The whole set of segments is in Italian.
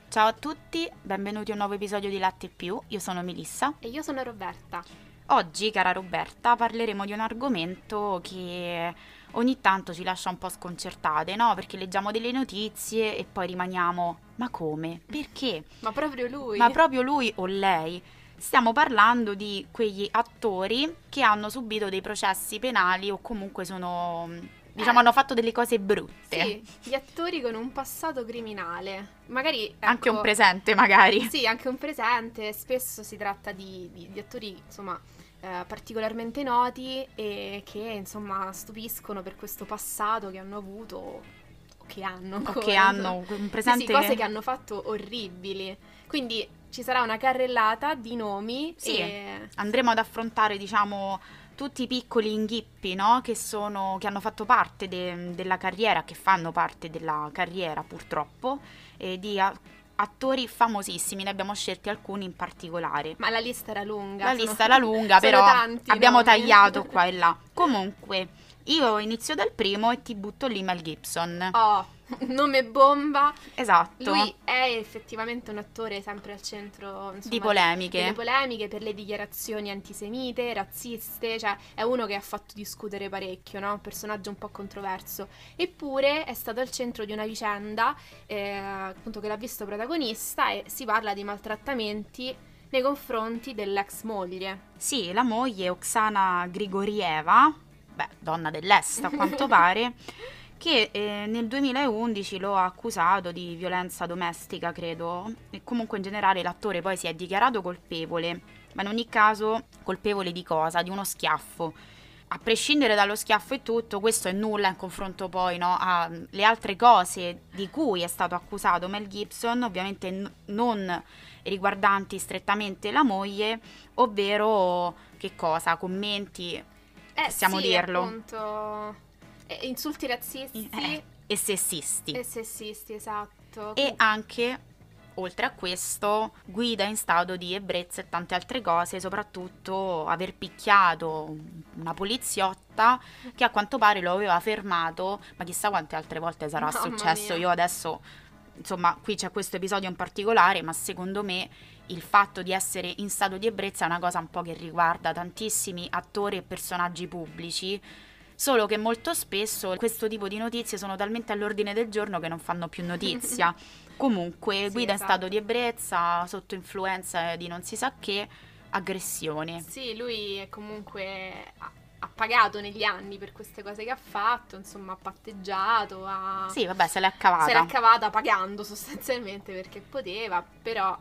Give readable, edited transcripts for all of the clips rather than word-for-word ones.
Ciao a tutti, benvenuti a un nuovo episodio di Latte e Più, io sono Melissa. E io sono Roberta. Oggi, cara Roberta, parleremo di un argomento che ogni tanto ci lascia un po' sconcertate, no? Perché leggiamo delle notizie e poi rimaniamo, ma come? Perché? Ma proprio lui? Ma proprio lui o lei? Stiamo parlando di quegli attori che hanno subito dei processi penali o comunque sono, hanno fatto delle cose brutte. Sì, gli attori con un passato criminale. Magari, ecco, Anche un presente, magari. Sì, anche un presente. Spesso si tratta di attori, insomma, particolarmente noti e che, insomma, stupiscono per questo passato che hanno avuto o che hanno O ancora, che hanno un presente. Sì, cose che hanno fatto orribili. Quindi ci sarà una carrellata di nomi. Sì, e andremo ad affrontare, diciamo, tutti i piccoli inghippi, no? Che hanno fatto parte della carriera, che fanno parte della carriera purtroppo, di attori famosissimi. Ne abbiamo scelti alcuni in particolare. Ma la lista era lunga. La lista era lunga, sono però tanti abbiamo nomi. tagliato qua e là. Comunque, io inizio dal primo e ti butto lì Mel Gibson. Oh, nome bomba. Esatto. Lui è effettivamente un attore sempre al centro, insomma, Di polemiche. delle polemiche per le dichiarazioni antisemite, razziste, cioè è uno che ha fatto discutere parecchio, no? Un personaggio un po' controverso. Eppure è stato al centro di una vicenda, appunto, che l'ha visto protagonista, e si parla di maltrattamenti nei confronti dell'ex moglie. Sì, la moglie Oksana Grigorieva, donna dell'Est a quanto pare, che nel 2011 lo ha accusato di violenza domestica, credo, e comunque in generale l'attore poi si è dichiarato colpevole, ma in ogni caso colpevole di cosa? Di uno schiaffo. A prescindere dallo schiaffo e tutto, questo è nulla in confronto poi, no, alle altre cose di cui è stato accusato Mel Gibson, ovviamente non riguardanti strettamente la moglie, ovvero che cosa? Commenti, possiamo sì, dirlo, appunto, insulti razzisti e sessisti. e sessisti, esatto. E anche, oltre a questo, guida in stato di ebbrezza e tante altre cose, soprattutto aver picchiato una poliziotta che a quanto pare lo aveva fermato, ma chissà quante altre volte sarà Mamma successo. mia. Io adesso, insomma, qui c'è questo episodio in particolare, ma secondo me il fatto di essere in stato di ebbrezza è una cosa un po' che riguarda tantissimi attori e personaggi pubblici. Solo che molto spesso questo tipo di notizie sono talmente all'ordine del giorno che non fanno più notizia. Comunque, Sì, guida in esatto. stato di ebbrezza, sotto influenza di non si sa che, aggressione. Sì, lui è comunque ha pagato negli anni per queste cose che ha fatto, insomma, ha patteggiato, Sì, vabbè, se l'è se cavata. l'è cavata pagando sostanzialmente perché poteva, però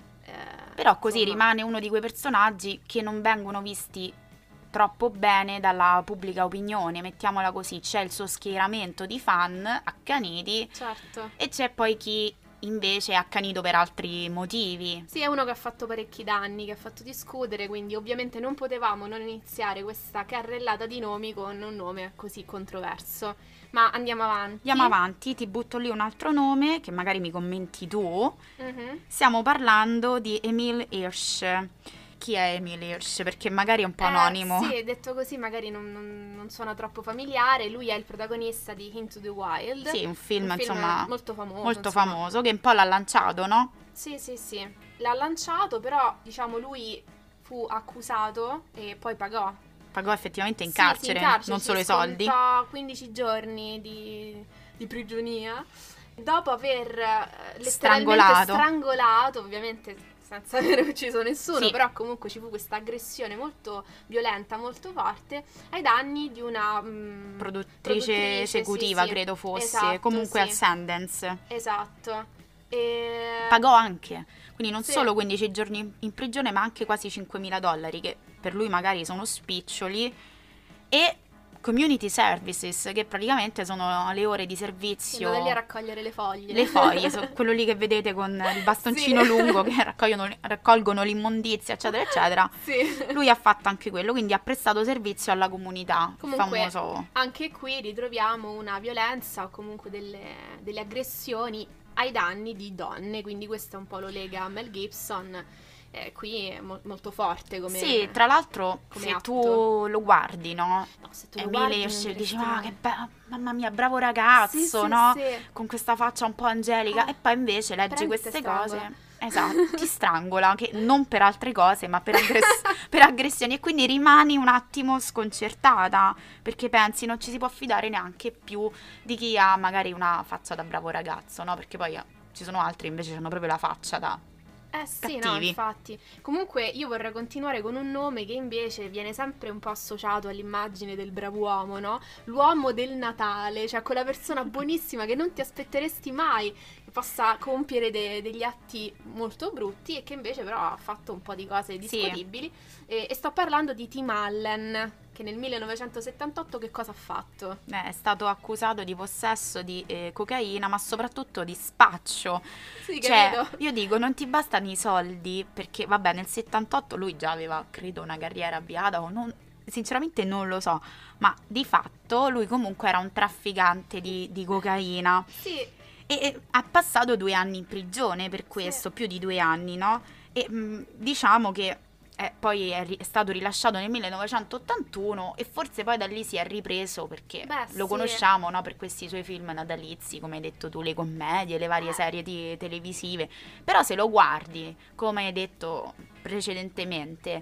Però così insomma, rimane uno di quei personaggi che non vengono visti troppo bene dalla pubblica opinione, mettiamola così. C'è il suo schieramento di fan accaniti certo. e c'è poi chi invece è accanito per altri motivi. Sì, è uno che ha fatto parecchi danni, che ha fatto discutere, quindi ovviamente non potevamo non iniziare questa carrellata di nomi con un nome così controverso. Ma andiamo avanti. Andiamo avanti, ti butto lì un altro nome che magari mi commenti tu. Mhm. Stiamo parlando di Emil Hirsch. Chi è Emil Hirsch? Perché magari è un po' anonimo. Sì, detto così magari non suona troppo familiare. Lui è il protagonista di Into the Wild. Sì, un film insomma molto famoso. molto insomma. famoso che un po' l'ha lanciato, no? Sì, sì, sì. L'ha lanciato, però diciamo lui fu accusato e poi pagò. Pagò effettivamente in Sì, carcere, sì, in carcere, non si solo i soldi. scontò 15 giorni di prigionia. Dopo aver letteralmente Strangolato. strangolato, ovviamente senza aver ucciso nessuno, Sì. però comunque ci fu questa aggressione molto violenta, molto forte, ai danni di una Produttrice esecutiva, sì, sì. credo fosse, Esatto, comunque sì. a Sundance. Esatto. E... Pagò anche, quindi non Sì. solo 15 giorni in prigione, ma anche quasi $5.000, che per lui magari sono spiccioli, e community services, che praticamente sono le ore di Sì, servizio. andò lì a raccogliere le foglie. Le foglie, quello lì che vedete con il bastoncino Sì. lungo che raccolgono l'immondizia, eccetera, eccetera. Sì. Lui ha fatto anche quello, quindi ha prestato servizio alla comunità. Comunque, Famoso. anche qui ritroviamo una violenza o comunque delle aggressioni ai danni di donne, quindi questo un po' lo lega a Mel Gibson. qui è molto forte come Sì, tra l'altro, come se atto. tu lo guardi, no? No, se tu lo guardi Emily non esce e dici, diresti ma mai. che bello, mamma mia, bravo ragazzo, Sì, sì, no? sì. Con questa faccia un po' angelica. Ah, E poi invece leggi prendi te queste strangola. cose, esatto, ti strangola, che non per altre cose, ma per aggressioni. E quindi rimani un attimo sconcertata, perché pensi non ci si può fidare neanche più di chi ha magari una faccia da bravo ragazzo, no? Perché poi ci sono altri invece che hanno proprio la faccia da Sì, no, cattivi. infatti. Comunque io vorrei continuare con un nome che invece viene sempre un po' associato all'immagine del brav'uomo, no? L'uomo del Natale, cioè quella persona buonissima che non ti aspetteresti mai che possa compiere degli atti molto brutti e che invece però ha fatto un po' di cose discutibili. E sto parlando di Tim Allen, che nel 1978 che cosa ha fatto? È stato accusato di possesso di cocaina, ma soprattutto di spaccio. Sì, Cioè, capito? io dico, non ti bastano i soldi, perché vabbè, nel 78 lui già aveva, credo, una carriera avviata, o non, sinceramente non lo so, ma di fatto lui comunque era un trafficante di cocaina Sì, e ha passato 2 anni in prigione per sì. questo, più di 2 anni, no? E diciamo che poi è stato rilasciato nel 1981 e forse poi da lì si è ripreso perché Beh, lo sì. conosciamo, no, per questi suoi film natalizi, come hai detto tu, le commedie, le varie Eh. serie televisive. Però se lo guardi, come hai detto precedentemente,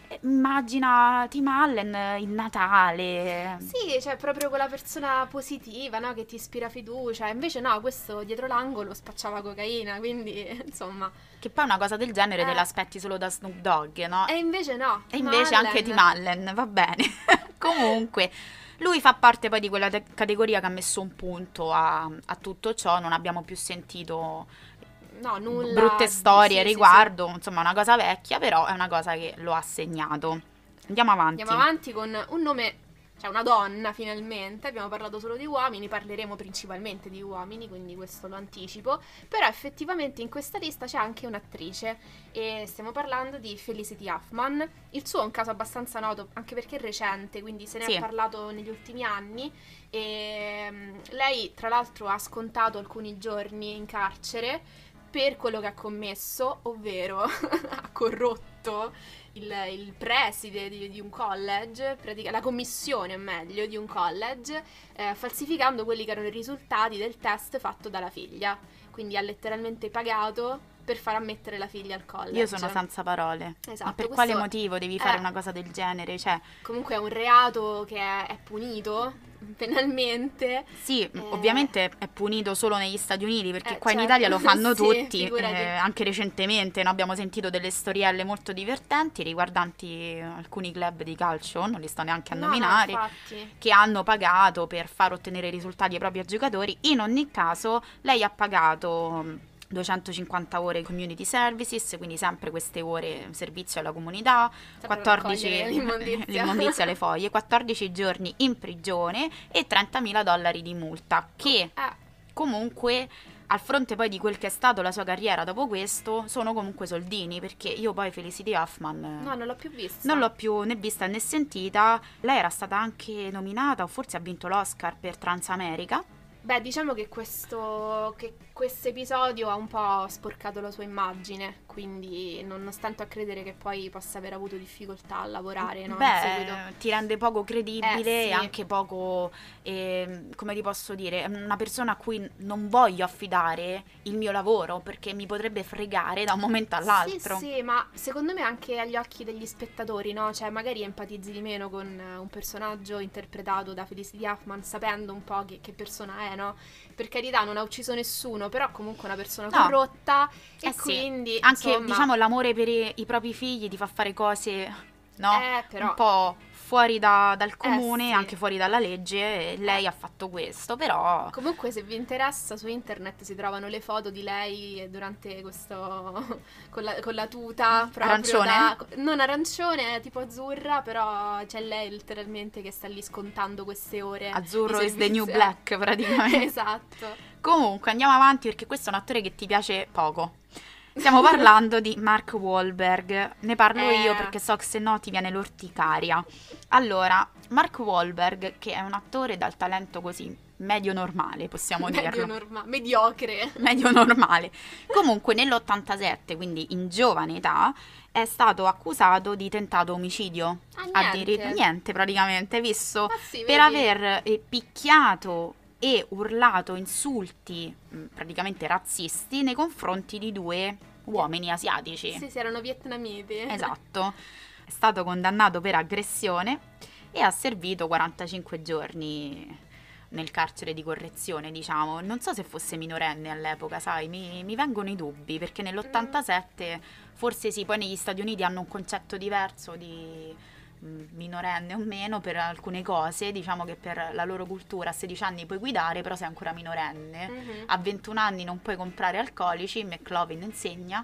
immagina Tim Allen il Natale. Sì, cioè proprio quella persona positiva, no? Che ti ispira fiducia. Invece no, questo dietro l'angolo spacciava cocaina, quindi insomma. Che poi una cosa del genere te Eh, l'aspetti solo da Snoop Dogg, no? e invece no, E Tim invece anche Tim Allen. Allen, va bene. Comunque, lui fa parte poi di quella categoria che ha messo un punto a tutto ciò. Non abbiamo più sentito No, nulla. brutte storie Sì, sì, sì. riguardo. Insomma, è una cosa vecchia, però è una cosa che lo ha segnato. Andiamo avanti. Andiamo avanti con un nome, cioè una donna finalmente. Abbiamo parlato solo di uomini, parleremo principalmente di uomini, quindi questo lo anticipo. Però effettivamente in questa lista c'è anche un'attrice e stiamo parlando di Felicity Huffman. Il suo è un caso abbastanza noto, anche perché è recente, quindi se ne Sì. è parlato negli ultimi anni. E lei, tra l'altro, ha scontato alcuni giorni in carcere per quello che ha commesso, ovvero ha corrotto il preside di un college, la commissione meglio di un college, falsificando quelli che erano i risultati del test fatto dalla figlia. Quindi ha letteralmente pagato per far ammettere la figlia al college. Io sono senza parole. Esatto, Ma per questo quale motivo devi fare è- una cosa del genere? Cioè, Comunque è un reato che è punito penalmente. sì, ovviamente è punito solo negli Stati Uniti perché qua in Certo. Italia lo fanno Sì, tutti, figurati. anche recentemente, no? Abbiamo sentito delle storielle molto divertenti riguardanti alcuni club di calcio, non li sto neanche a No, nominare, infatti. che hanno pagato per far ottenere i risultati ai propri giocatori. In ogni caso, lei ha pagato 250 ore community services, quindi sempre queste ore servizio alla comunità, Sempre 14 raccogliere l'immondizia. l'immondizia alle foglie, 14 giorni in prigione e $30.000 di multa, che comunque al fronte poi di quel che è stato la sua carriera dopo questo sono comunque soldini, perché io poi Felicity Huffman No, non l'ho più vista. non l'ho più né vista né sentita. Lei era stata anche nominata o forse ha vinto l'Oscar per Transamerica. Beh, diciamo che questo episodio ha un po' sporcato la sua immagine, quindi non stento a credere che poi possa aver avuto difficoltà a lavorare, no, in seguito. Ti rende poco credibile Sì. e anche poco, come ti posso dire, una persona a cui non voglio affidare il mio lavoro perché mi potrebbe fregare da un momento all'altro. Sì, ma secondo me anche agli occhi degli spettatori, no? Cioè, magari empatizzi di meno con un personaggio interpretato da Felicity Huffman, sapendo un po' che persona è, no? Per carità, non ha ucciso nessuno, però comunque è una persona No. corrotta e Sì, quindi anche insomma, diciamo l'amore per i propri figli ti fa fare cose, no? però Un po' fuori dal comune, sì. anche fuori dalla legge, e lei ha fatto questo, però Comunque, se vi interessa, su internet si trovano le foto di lei durante questo con la tuta proprio Arancione? non arancione, tipo azzurra, però c'è lei letteralmente che sta lì scontando queste ore azzurro di is the new servizio. black praticamente. Esatto. Comunque andiamo avanti perché questo è un attore che ti piace poco. Stiamo parlando di Mark Wahlberg. Ne parlo io perché so che se no ti viene l'orticaria. Allora, Mark Wahlberg, che è un attore dal talento così medio normale, possiamo dirlo. Mediocre. Medio normale. Comunque nell'87, quindi in giovane età, è stato accusato di tentato omicidio. Niente. Niente praticamente, visto Ma sì, per vedi? aver picchiato e urlato insulti praticamente razzisti nei confronti di due uomini asiatici. Sì, erano vietnamiti. Esatto. È stato condannato per aggressione e ha servito 45 giorni nel carcere di correzione, diciamo. Non so se fosse minorenne all'epoca, sai, mi vengono i dubbi, perché nell'87 forse sì, poi negli Stati Uniti hanno un concetto diverso di minorenne o meno per alcune cose, diciamo che per la loro cultura a 16 anni puoi guidare, però sei ancora minorenne. A 21 anni non puoi comprare alcolici, McLovin insegna.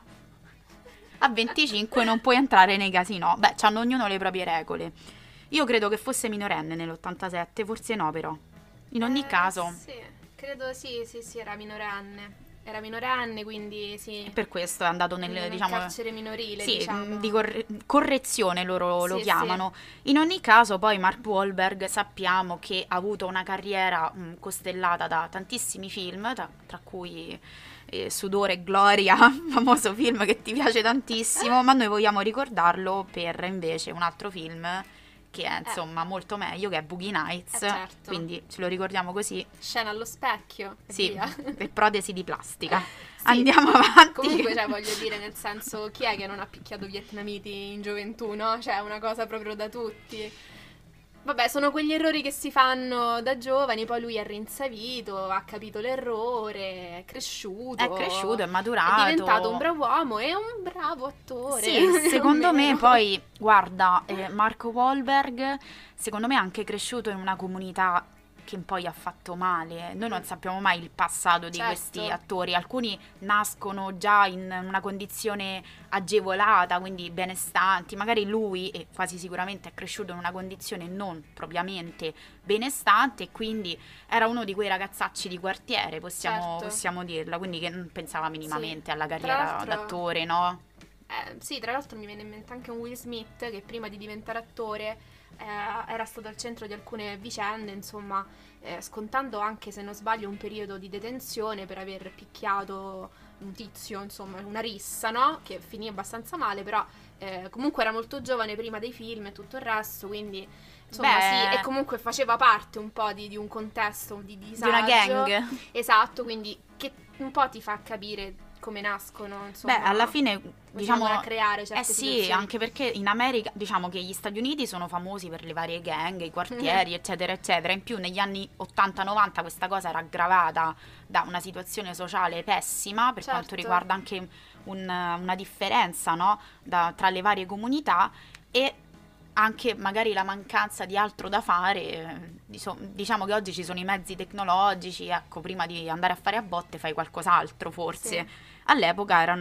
A 25 non puoi entrare nei casinò. Beh, hanno ognuno le proprie regole. Io credo che fosse minorenne nell'87, forse no però. In ogni caso, Sì, credo sì, era minorenne. Era minorenne, quindi sì. per questo è andato nel, diciamo, carcere minorile, sì, diciamo. di correzione loro lo Sì, chiamano. In ogni caso, poi Mark Wahlberg sappiamo che ha avuto una carriera costellata da tantissimi film, tra cui Sudore e Gloria, famoso film che ti piace tantissimo, ma noi vogliamo ricordarlo per invece un altro film che è insomma molto meglio, che è Boogie Nights, certo. quindi ce lo ricordiamo così. Scena allo specchio, sì, via. per protesi di plastica. Sì. Andiamo avanti. Comunque, cioè, voglio dire, nel senso, chi è che non ha picchiato vietnamiti in gioventù, no? Cioè, è una cosa proprio da tutti. Vabbè, sono quegli errori che si fanno da giovani, poi lui è rinsavito, ha capito l'errore, è cresciuto, è maturato, è diventato un bravo uomo e un bravo attore. Sì, secondo me poi, guarda, Mark Wahlberg, secondo me è anche cresciuto in una comunità che poi ha fatto male. Noi non sappiamo mai il passato di questi attori. Alcuni nascono già in una condizione agevolata, quindi benestanti. Magari lui, e quasi sicuramente, è cresciuto in una condizione non propriamente benestante e quindi era uno di quei ragazzacci di quartiere, possiamo dirla, quindi che non pensava minimamente alla carriera d'attore, no? Sì, tra l'altro mi viene in mente anche un Will Smith che prima di diventare attore era stato al centro di alcune vicende, insomma, scontando anche, se non sbaglio, un periodo di detenzione per aver picchiato un tizio, insomma, una rissa, no? Che finì abbastanza male, però comunque era molto giovane prima dei film e tutto il resto, quindi insomma sì, e comunque faceva parte un po' di un contesto di disagio. Di una gang. Esatto, quindi che un po' ti fa capire come nascono, insomma. Beh, alla fine, diciamo, a creare certe situazioni. Sì, anche perché in America, diciamo che gli Stati Uniti sono famosi per le varie gang, i quartieri, eccetera, eccetera. In più negli anni 80-90 questa cosa era aggravata da una situazione sociale pessima, per quanto riguarda anche una differenza, no? Tra le varie comunità e anche magari la mancanza di altro da fare. Diciamo che oggi ci sono i mezzi tecnologici, ecco, prima di andare a fare a botte fai qualcos'altro forse. Sì. All'epoca era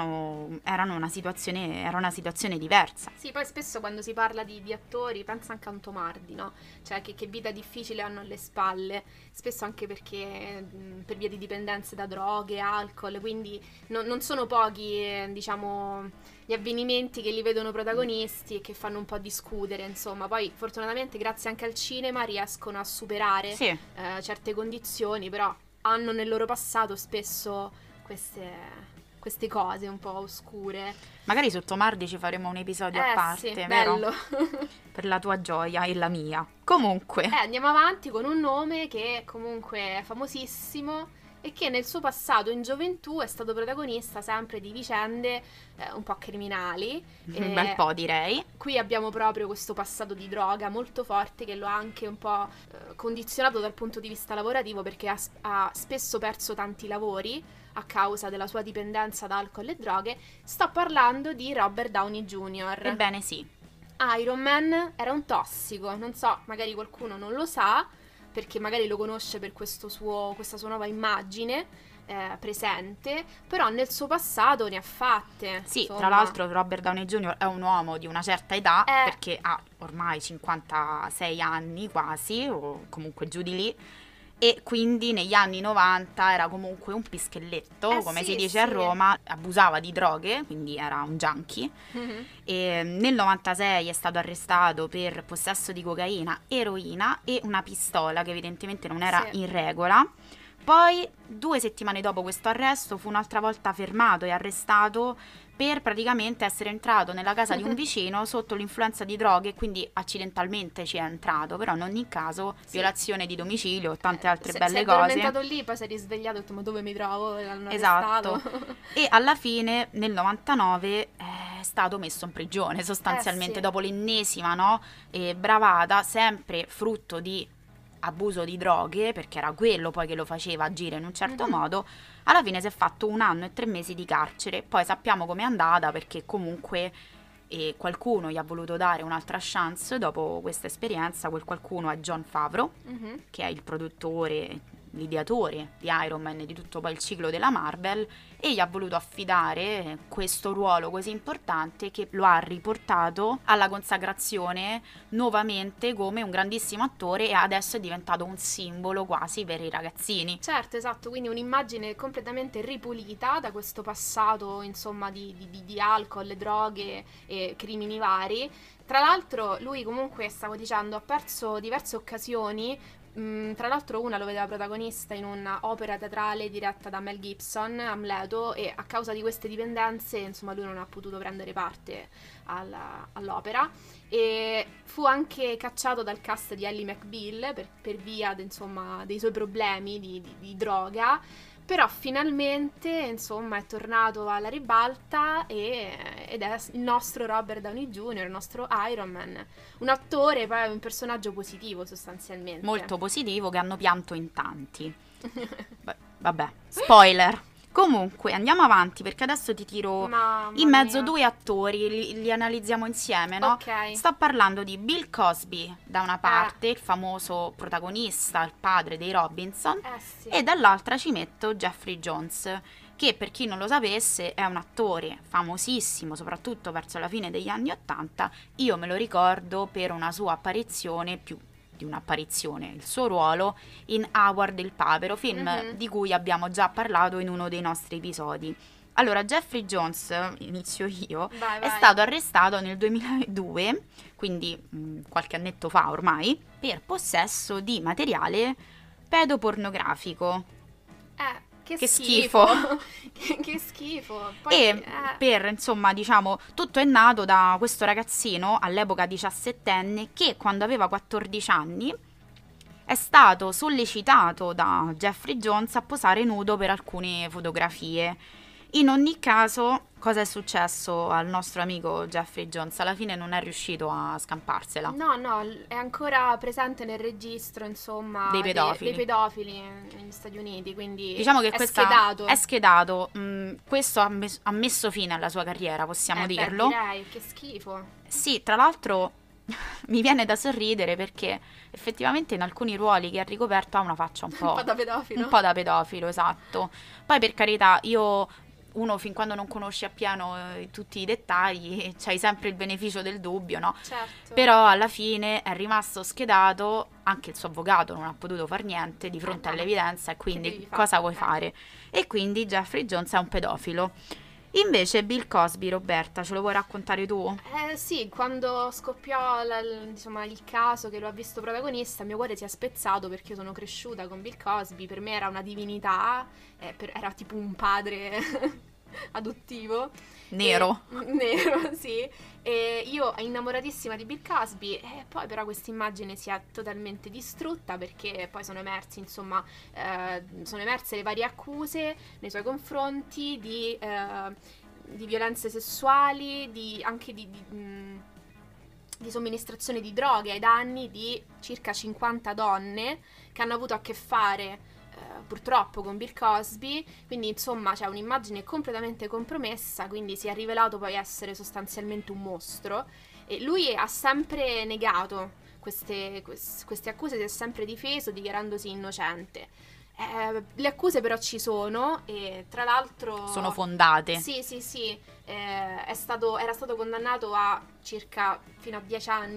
una situazione diversa. Sì, poi spesso quando si parla di attori pensa anche a un Tomardi, no? Cioè che vita difficile hanno alle spalle, spesso anche perché per via di dipendenze da droghe, alcol, quindi non sono pochi, diciamo, gli avvenimenti che li vedono protagonisti e che fanno un po' discutere, insomma. Poi fortunatamente grazie anche al cinema riescono a superare certe condizioni, però hanno nel loro passato spesso queste cose un po' oscure. Magari su Tomardi ci faremo un episodio a parte, sì, vero? Bello. Per la tua gioia e la mia. Comunque andiamo avanti con un nome che comunque è famosissimo e che nel suo passato in gioventù è stato protagonista sempre di vicende un po' criminali. Un bel po', direi. Qui abbiamo proprio questo passato di droga molto forte che lo ha anche un po' condizionato dal punto di vista lavorativo, perché ha spesso perso tanti lavori a causa della sua dipendenza da alcol e droghe. Sto parlando di Robert Downey Jr. Ebbene sì. Iron Man era un tossico, non so, magari qualcuno non lo sa, perché magari lo conosce per questa sua nuova immagine presente, però nel suo passato ne ha fatte. Sì, insomma. Tra l'altro Robert Downey Jr. è un uomo di una certa età, perché ha ormai 56 anni quasi, o comunque giù di lì, e quindi negli anni 90 era comunque un pischelletto, come sì, si dice a sì. Roma, abusava di droghe, quindi era un junkie. Mhm. E nel 96 è stato arrestato per possesso di cocaina, eroina e una pistola che evidentemente non era Sì. in regola. Poi, 2 settimane dopo questo arresto, fu un'altra volta fermato e arrestato per praticamente essere entrato nella casa di un vicino sotto l'influenza di droghe, quindi accidentalmente ci è entrato, però in ogni caso Sì. violazione di domicilio e tante altre Si belle è cose. addormentato lì, poi si è risvegliato e ha detto ma dove mi trovo? E l'hanno Esatto. arrestato. E alla fine, nel 99, è stato messo in prigione, sostanzialmente, Sì. dopo l'ennesima, no, bravata, sempre frutto di abuso di droghe, perché era quello poi che lo faceva agire in un certo Mhm. modo. Alla fine si è fatto 1 anno e 3 mesi di carcere. Poi sappiamo com'è andata, perché comunque qualcuno gli ha voluto dare un'altra chance dopo questa esperienza. Quel qualcuno è Jon Favreau, Mhm. che è il produttore, l'ideatore di Iron Man e di tutto poi il ciclo della Marvel, e gli ha voluto affidare questo ruolo così importante che lo ha riportato alla consacrazione nuovamente come un grandissimo attore, e adesso è diventato un simbolo quasi per i ragazzini. Certo, esatto, quindi un'immagine completamente ripulita da questo passato, insomma, di alcol, droghe e crimini vari. Tra l'altro, lui comunque, stavo dicendo, ha perso diverse occasioni. Tra l'altro una lo vedeva protagonista in un'opera teatrale diretta da Mel Gibson, Amleto, e a causa di queste dipendenze, insomma, lui non ha potuto prendere parte all'opera. E fu anche cacciato dal cast di Ally McBeal per via insomma, dei suoi problemi di droga. Però finalmente, insomma, è tornato alla ribalta ed è il nostro Robert Downey Jr., il nostro Iron Man. Un attore, poi un personaggio positivo sostanzialmente. Molto positivo, che hanno pianto in tanti. Vabbè, spoiler. Comunque, andiamo avanti, perché adesso ti tiro Mamma in mezzo mia. 2 attori, li analizziamo insieme, no? Ok. Sto parlando di Bill Cosby, da una parte, il famoso protagonista, il padre dei Robinson, Sì. e dall'altra ci metto Jeffrey Jones, che per chi non lo sapesse è un attore famosissimo, soprattutto verso la fine degli anni '80. Io me lo ricordo per una sua apparizione, più di un'apparizione, il suo ruolo in Howard il Papero, film Mhm. di cui abbiamo già parlato in uno dei nostri episodi. Allora, Jeffrey Jones, inizio io, Vai, è vai. stato arrestato nel 2002, quindi qualche annetto fa ormai, per possesso di materiale pedopornografico. Che schifo. Che schifo. Poi, E per, insomma, diciamo, tutto è nato da questo ragazzino, all'epoca 17enne, che quando aveva 14 anni è stato sollecitato da Jeffrey Jones a posare nudo per alcune fotografie. In ogni caso, cosa è successo al nostro amico Jeffrey Jones? Alla fine non è riuscito a scamparsela. No, è ancora presente nel registro, insomma, Dei pedofili. dei pedofili negli Stati Uniti, quindi Diciamo che è questa schedato. è schedato. Questo ha messo fine alla sua carriera, possiamo Beh, dirlo. direi, che schifo. Sì, tra l'altro mi viene da sorridere perché effettivamente in alcuni ruoli che ha ricoperto ha una faccia un Un po', po' da pedofilo. un po' da pedofilo, esatto. Poi per carità, uno fin quando non conosce appieno tutti i dettagli, c'hai sempre il beneficio del dubbio, no? Certo. Però alla fine è rimasto schedato, anche il suo avvocato non ha potuto far niente di fronte no. all'evidenza, e Che quindi devi fare? cosa vuoi fare? E quindi Jeffrey Jones è un pedofilo. Invece Bill Cosby, Roberta, ce lo vuoi raccontare tu? Sì, quando scoppiò insomma, il caso che lo ha visto protagonista, il mio cuore si è spezzato perché io sono cresciuta con Bill Cosby, per me era una divinità, era tipo un padre adottivo. Nero. Nero, sì. E io innamoratissima di Bill Cosby, e poi però questa immagine si è totalmente distrutta perché poi sono emersi, insomma, sono emerse le varie accuse nei suoi confronti di violenze sessuali, anche di somministrazione di droghe ai danni di circa 50 donne che hanno avuto a che fare purtroppo con Bill Cosby, quindi insomma c'è un'immagine completamente compromessa, quindi si è rivelato poi essere sostanzialmente un mostro, e lui ha sempre negato queste accuse, si è sempre difeso dichiarandosi innocente. Le accuse però ci sono, e tra l'altro Sono fondate. sì, era stato condannato a circa fino a 10 anni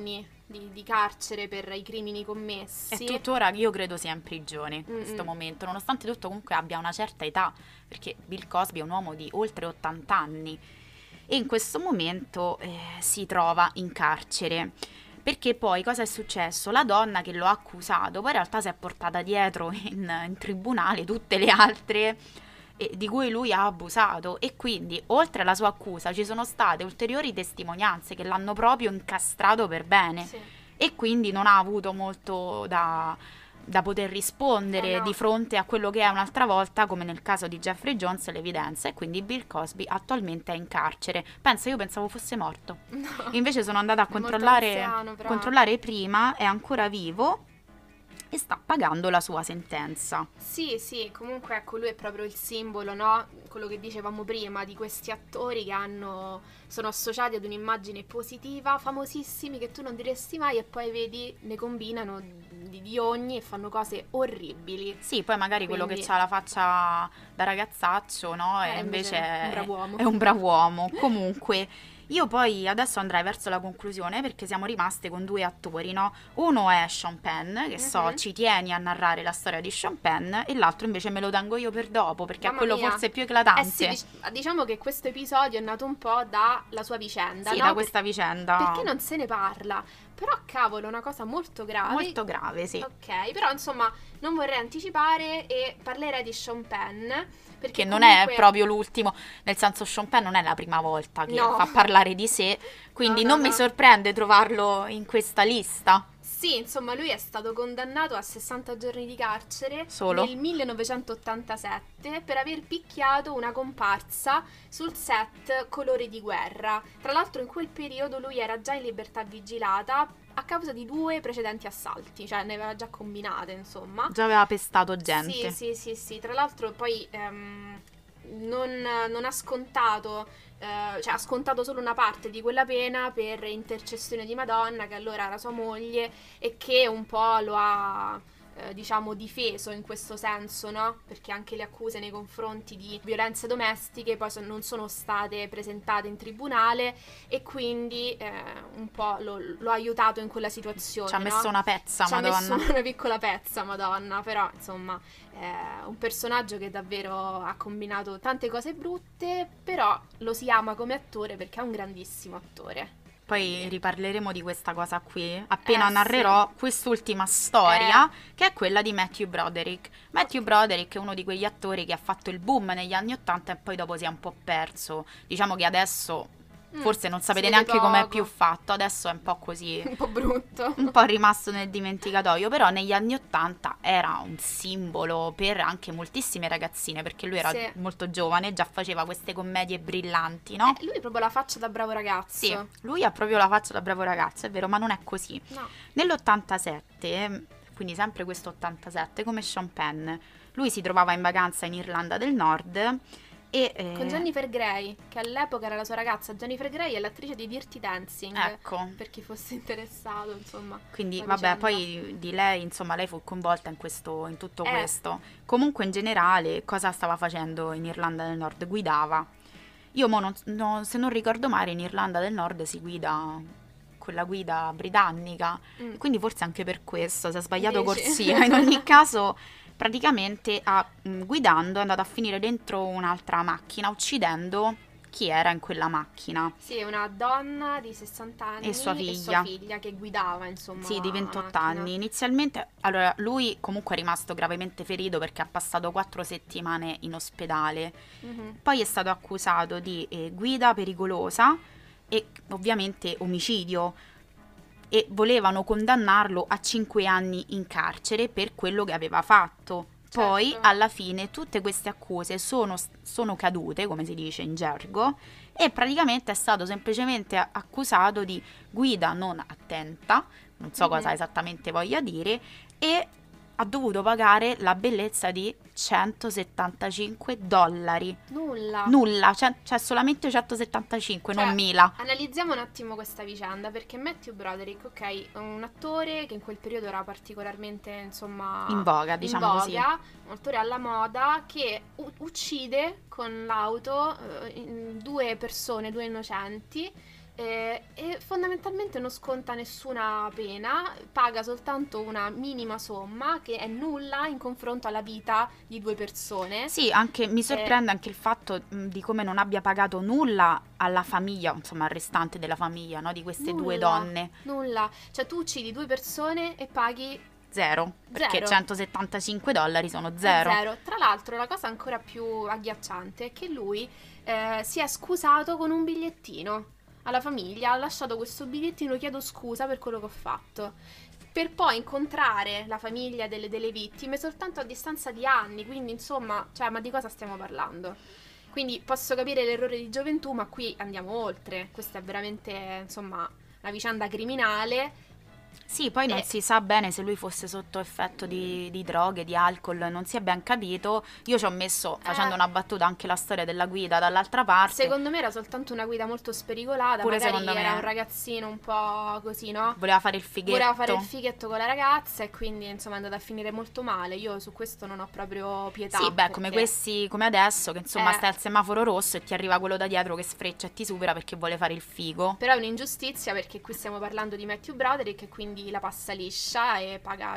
di carcere per i crimini commessi. E tuttora io credo sia in prigione in questo momento, nonostante tutto comunque abbia una certa età, perché Bill Cosby è un uomo di oltre 80 anni e in questo momento si trova in carcere. Perché poi cosa è successo? La donna che lo ha accusato poi in realtà si è portata dietro in tribunale tutte le altre di cui lui ha abusato, e quindi oltre alla sua accusa ci sono state ulteriori testimonianze che l'hanno proprio incastrato per bene, Sì. e quindi non ha avuto molto da poter rispondere No. di fronte a quello che è un'altra volta, come nel caso di Jeffrey Jones, l'evidenza, e quindi Bill Cosby attualmente è in carcere. Pensa, io pensavo fosse morto. No. Invece sono andata a È molto controllare, anziano, però. controllare prima, è ancora vivo e sta pagando la sua sentenza. Sì, sì, comunque ecco, lui è proprio il simbolo, no? Quello che dicevamo prima, di questi attori che sono associati ad un'immagine positiva, famosissimi, che tu non diresti mai, e poi vedi, ne combinano di ogni e fanno cose orribili. Sì, poi magari quello Quindi- che ha la faccia da ragazzaccio, no? E invece invece è un brav'uomo. è un brav'uomo. Comunque, io poi adesso andrei verso la conclusione perché siamo rimaste con due attori, no? Uno è Sean Penn, che so, Mhm. ci tieni a narrare la storia di Sean Penn, e l'altro invece me lo tengo io per dopo perché è Mamma quello mia. forse più eclatante. Sì, diciamo che questo episodio è nato un po' dalla sua vicenda, Sì, no? da questa vicenda Perché non se ne parla? Però, cavolo, è una cosa molto grave. molto grave, sì. Ok, però insomma non vorrei anticipare e parlerei di Sean Penn. Perché Che non comunque- è proprio l'ultimo, nel senso Sean Penn non è la prima volta che No. fa parlare di sé, quindi No, non no, mi no. sorprende trovarlo in questa lista. Sì, insomma, lui è stato condannato a 60 giorni di carcere Solo? nel 1987 per aver picchiato una comparsa sul set Colore di guerra. Tra l'altro in quel periodo lui era già in libertà vigilata a causa di 2 precedenti assalti, cioè ne aveva già combinate, insomma. Già aveva pestato gente. Sì. Tra l'altro poi non ha scontato, cioè ha scontato solo una parte di quella pena per intercessione di Madonna, che allora era sua moglie e che un po' lo ha, diciamo, difeso in questo senso, no? Perché anche le accuse nei confronti di violenze domestiche poi non sono state presentate in tribunale e quindi un po' lo ha aiutato in quella situazione, Ci ha messo no? una pezza, Ci ha Madonna. messo una piccola pezza, Madonna, però insomma è un personaggio che davvero ha combinato tante cose brutte, però lo si ama come attore perché è un grandissimo attore. Poi riparleremo di questa cosa qui appena Sì. narrerò quest'ultima storia, che è quella di Matthew Broderick. Matthew Broderick è uno di quegli attori che ha fatto il boom negli anni '80 e poi dopo si è un po' perso. Diciamo che adesso forse non sapete si vede neanche com'è poco. più fatto, adesso è un po' così, Un po' brutto. un po' rimasto nel dimenticatoio, però negli anni '80 era un simbolo per anche moltissime ragazzine, perché lui era Sì. molto giovane, già faceva queste commedie brillanti, no? Lui è proprio la faccia da bravo ragazzo. Sì, lui ha proprio la faccia da bravo ragazzo, è vero, ma non è così. No. Nell'87, quindi sempre questo 87, come Sean Penn, lui si trovava in vacanza in Irlanda del Nord e... Con Jennifer Grey, che all'epoca era la sua ragazza. Jennifer Grey è l'attrice di Dirty Dancing. Ecco. Per chi fosse interessato, insomma. Quindi la vabbè, vicenda. poi di lei, insomma, lei fu coinvolta in tutto Eh. questo. Comunque in generale, cosa stava facendo in Irlanda del Nord? Guidava. Io se non ricordo male, in Irlanda del Nord si guida quella guida britannica, quindi forse anche per questo si è sbagliato Dici? corsia. In ogni caso, praticamente guidando è andato a finire dentro un'altra macchina, uccidendo chi era in quella macchina. Sì, una donna di 60 anni E sua figlia. che guidava, insomma. Sì, di la 28 macchina. anni. Inizialmente, allora, lui comunque è rimasto gravemente ferito perché ha passato 4 settimane in ospedale. Mhm. Poi è stato accusato di guida pericolosa e ovviamente omicidio, e volevano condannarlo a 5 anni in carcere per quello che aveva fatto. Poi Certo. alla fine tutte queste accuse sono cadute, come si dice in gergo, e praticamente è stato semplicemente accusato di guida non attenta, non so cosa esattamente voglia dire, e ha dovuto pagare la bellezza di $175. Nulla, cioè solamente 175, Cioè, non 1000. Analizziamo un attimo questa vicenda, perché Matthew Broderick, ok, è un attore che in quel periodo era particolarmente, insomma, In voga, diciamo così. un attore alla moda che uccide con l'auto 2 persone, 2 innocenti, e fondamentalmente non sconta nessuna pena, paga soltanto una minima somma che è nulla in confronto alla vita di due persone. Sì, anche mi sorprende anche il fatto di come non abbia pagato nulla alla famiglia, insomma al restante della famiglia, no, di queste due donne. Nulla, cioè tu uccidi due persone e paghi Zero, perché zero. $175 sono zero. Zero. Tra l'altro la cosa ancora più agghiacciante è che lui si è scusato con un bigliettino alla famiglia, ha lasciato questo bigliettino: chiedo scusa per quello che ho fatto, per poi incontrare la famiglia delle vittime soltanto a distanza di anni, quindi insomma, cioè, ma di cosa stiamo parlando? Quindi posso capire l'errore di gioventù, ma qui andiamo oltre, questa è veramente, insomma, una vicenda criminale. Sì, poi non si sa bene se lui fosse sotto effetto di droghe, di alcol, non si è ben capito. Io ci ho messo, facendo una battuta, anche la storia della guida dall'altra parte. Secondo me era soltanto una guida molto spericolata, Pure magari secondo era me. un ragazzino un po' così, no? Voleva fare il fighetto. Voleva fare il fighetto con la ragazza e quindi insomma è andata a finire molto male. Io su questo non ho proprio pietà. Sì, beh, come questi, come adesso, che insomma stai al semaforo rosso e ti arriva quello da dietro che sfreccia e ti supera perché vuole fare il figo. Però è un'ingiustizia, perché qui stiamo parlando di Matthew Broderick e quindi la passa liscia e paga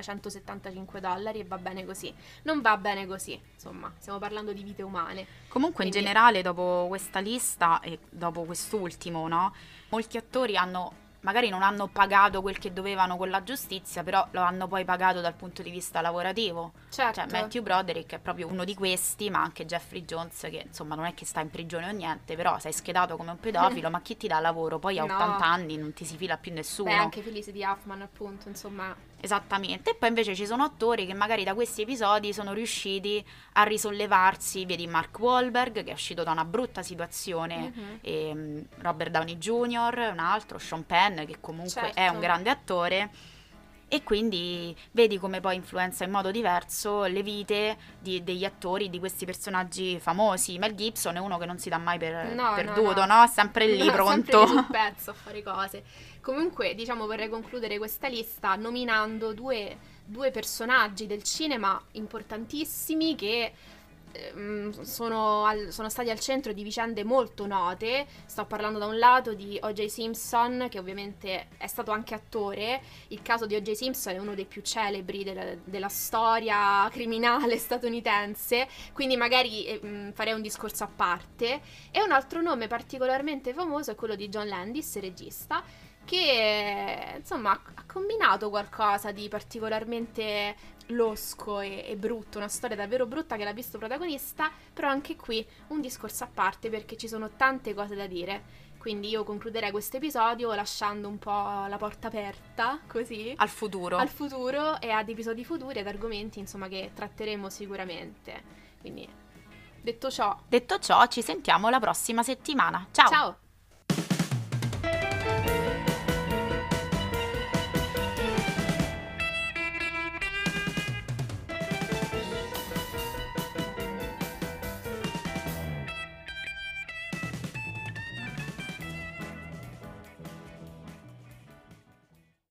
$175 e va bene così. Non va bene così, insomma, stiamo parlando di vite umane. Comunque Quindi- in generale dopo questa lista e dopo quest'ultimo, no? Molti attori magari non hanno pagato quel che dovevano con la giustizia, però lo hanno poi pagato dal punto di vista lavorativo. Certo. Cioè Matthew Broderick è proprio uno di questi, ma anche Jeffrey Jones, che insomma non è che sta in prigione o niente, però sei schedato come un pedofilo, ma chi ti dà lavoro? Poi a No. 80 anni non ti si fila più nessuno. Beh, anche Felicity Huffman, appunto, insomma. Esattamente, e poi invece ci sono attori che magari da questi episodi sono riusciti a risollevarsi, vedi Mark Wahlberg che è uscito da una brutta situazione, e Robert Downey Jr., un altro, Sean Penn che comunque è Certo. un grande attore, e quindi vedi come poi influenza in modo diverso le vite degli attori, di questi personaggi famosi. Mel Gibson è uno che non si dà mai perduto, no? È sempre lì, No, pronto. sempre lì sul pezzo a fare cose. Comunque, diciamo, vorrei concludere questa lista nominando due personaggi del cinema importantissimi che sono stati al centro di vicende molto note. Sto parlando da un lato di O.J. Simpson, che ovviamente è stato anche attore. Il caso di O.J. Simpson è uno dei più celebri della storia criminale statunitense, quindi magari farei un discorso a parte. E un altro nome particolarmente famoso è quello di John Landis, regista, che insomma ha combinato qualcosa di particolarmente losco e brutto, una storia davvero brutta che l'ha visto protagonista, però anche qui un discorso a parte perché ci sono tante cose da dire. Quindi io concluderei questo episodio lasciando un po' la porta aperta, così, Al futuro. e ad episodi futuri, ad argomenti insomma che tratteremo sicuramente. Quindi detto ciò, Detto ciò, ci sentiamo la prossima settimana. Ciao! ciao!